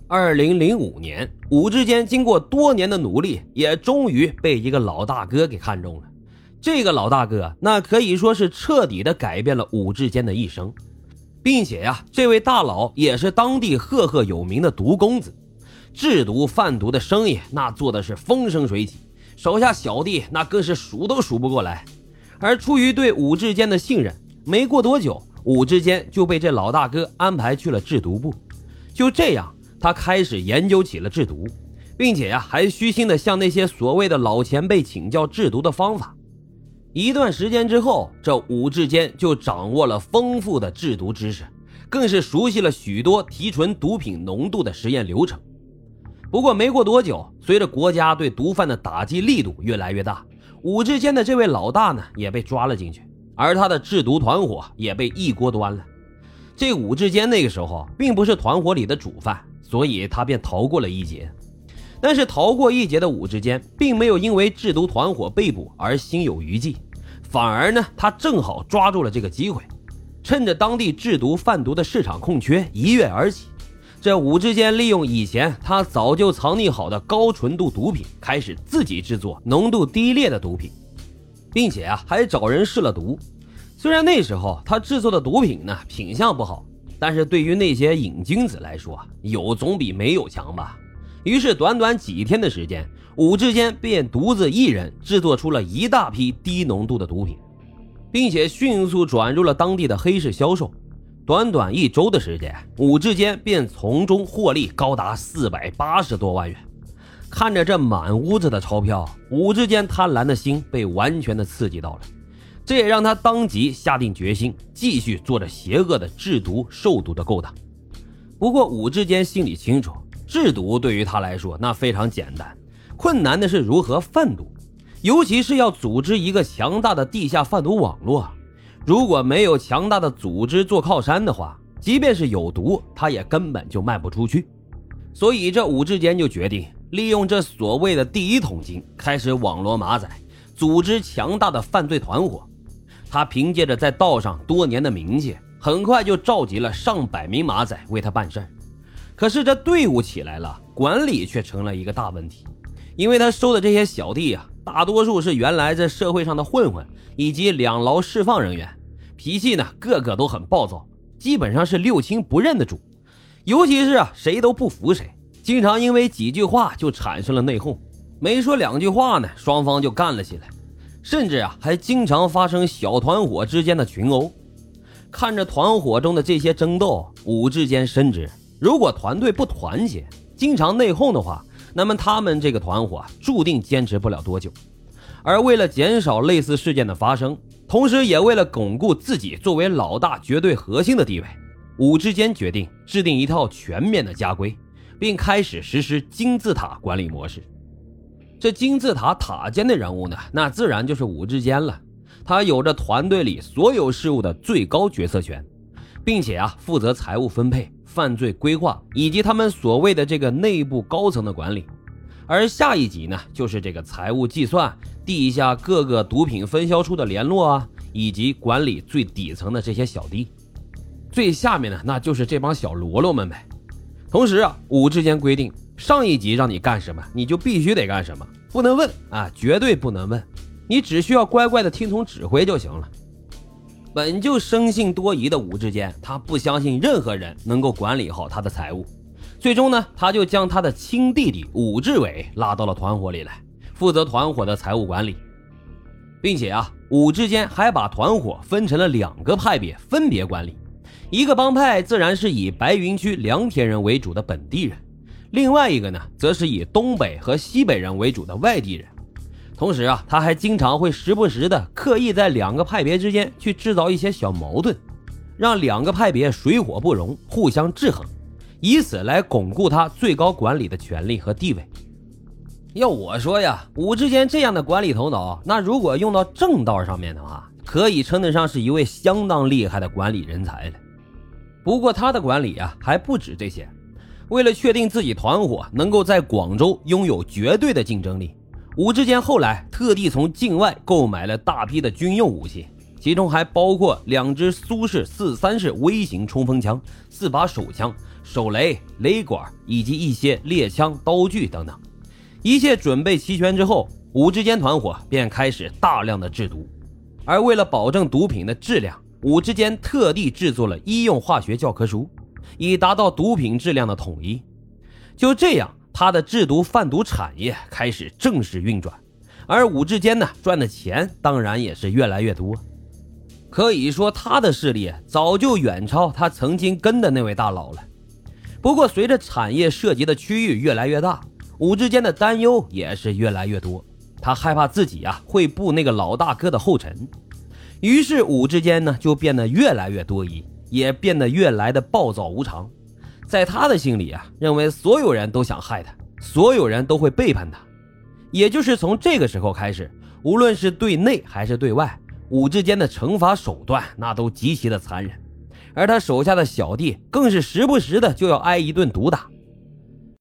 2005年，武志坚经过多年的努力，也终于被一个老大哥给看中了。这个老大哥那可以说是彻底的改变了武志坚的一生，并且这位大佬也是当地赫赫有名的毒公子，制毒贩毒的生意那做的是风生水起，手下小弟那更是数都数不过来。而出于对武志坚的信任，没过多久，武志坚就被这老大哥安排去了制毒部。就这样，他开始研究起了制毒，并且还虚心的向那些所谓的老前辈请教制毒的方法。一段时间之后，这武志坚就掌握了丰富的制毒知识，更是熟悉了许多提纯毒品浓度的实验流程。不过没过多久，随着国家对毒贩的打击力度越来越大，武志坚的这位老大呢也被抓了进去，而他的制毒团伙也被一锅端了。这武志坚那个时候并不是团伙里的主犯，所以他便逃过了一劫。但是逃过一劫的武志坚并没有因为制毒团伙被捕而心有余悸，反而呢他正好抓住了这个机会，趁着当地制毒贩毒的市场空缺一跃而起。这武志坚利用以前他早就藏匿好的高纯度毒品，开始自己制作浓度低劣的毒品，并且还找人试了毒。虽然那时候他制作的毒品呢品相不好，但是对于那些瘾君子来说，有总比没有强吧。于是短短几天的时间，武志坚便独自一人制作出了一大批低浓度的毒品，并且迅速转入了当地的黑市销售。短短1周的时间，武志坚便从中获利高达480多万元。看着这满屋子的钞票，武志坚贪婪的心被完全的刺激到了，这也让他当即下定决心继续做着邪恶的制毒售毒的勾当。不过武志坚心里清楚，制毒对于他来说那非常简单，困难的是如何贩毒，尤其是要组织一个强大的地下贩毒网络。如果没有强大的组织做靠山的话，即便是有毒，他也根本就卖不出去。所以这武志坚就决定利用这所谓的第一桶金，开始网罗马仔，组织强大的犯罪团伙。他凭借着在道上多年的名气，很快就召集了上百名马仔为他办事。可是这队伍起来了，管理却成了一个大问题。因为他收的这些小弟大多数是原来在社会上的混混以及两劳释放人员，脾气呢个个都很暴躁，基本上是六亲不认的主。尤其是谁都不服谁，经常因为几句话就产生了内讧，没说2句话呢，双方就干了起来，甚至还经常发生小团伙之间的群殴。看着团伙中的这些争斗，武志坚深知，如果团队不团结，经常内讧的话，那么他们这个团伙注定坚持不了多久。而为了减少类似事件的发生，同时也为了巩固自己作为老大绝对核心的地位，武志坚决定制定一套全面的家规，并开始实施金字塔管理模式。这金字塔塔尖的人物呢，那自然就是武志坚了。他有着团队里所有事务的最高决策权，并且负责财务分配、犯罪规划以及他们所谓的这个内部高层的管理。而下一级呢，就是这个财务计算、地下各个毒品分销处的联络以及管理最底层的这些小弟。最下面呢，那就是这帮小喽啰们呗。同时武志坚规定，上一级让你干什么，你就必须得干什么，不能问绝对不能问，你只需要乖乖的听从指挥就行了。本就生性多疑的武志坚，他不相信任何人能够管理好他的财务。最终呢，他就将他的亲弟弟武志伟拉到了团伙里来，负责团伙的财务管理。并且武志坚还把团伙分成了2个派别，分别管理。一个帮派自然是以白云区良田人为主的本地人，另外一个呢，则是以东北和西北人为主的外地人。同时他还经常会时不时的刻意在2个派别之间去制造一些小矛盾，让2个派别水火不容，互相制衡，以此来巩固他最高管理的权力和地位。要我说武志坚这样的管理头脑，那如果用到正道上面的话，可以称得上是一位相当厉害的管理人才了。不过他的管理还不止这些。为了确定自己团伙能够在广州拥有绝对的竞争力，武志坚后来特地从境外购买了大批的军用武器，其中还包括2支苏式434微型冲锋枪、4把手枪、 手雷、雷管以及一些猎枪、刀具等等。一切准备齐全之后，武志坚团伙便开始大量的制毒。而为了保证毒品的质量，武志坚特地制作了医用化学教科书，以达到毒品质量的统一。就这样，他的制毒贩毒产业开始正式运转，而武志坚呢，赚的钱当然也是越来越多。可以说他的势力早就远超他曾经跟的那位大佬了。不过随着产业涉及的区域越来越大，武志坚的担忧也是越来越多，他害怕自己会步那个老大哥的后尘。于是武志坚呢就变得越来越多疑，也变得越来的暴躁无常。在他的心里认为所有人都想害他，所有人都会背叛他。也就是从这个时候开始，无论是对内还是对外，武志坚的惩罚手段那都极其的残忍，而他手下的小弟更是时不时的就要挨一顿毒打。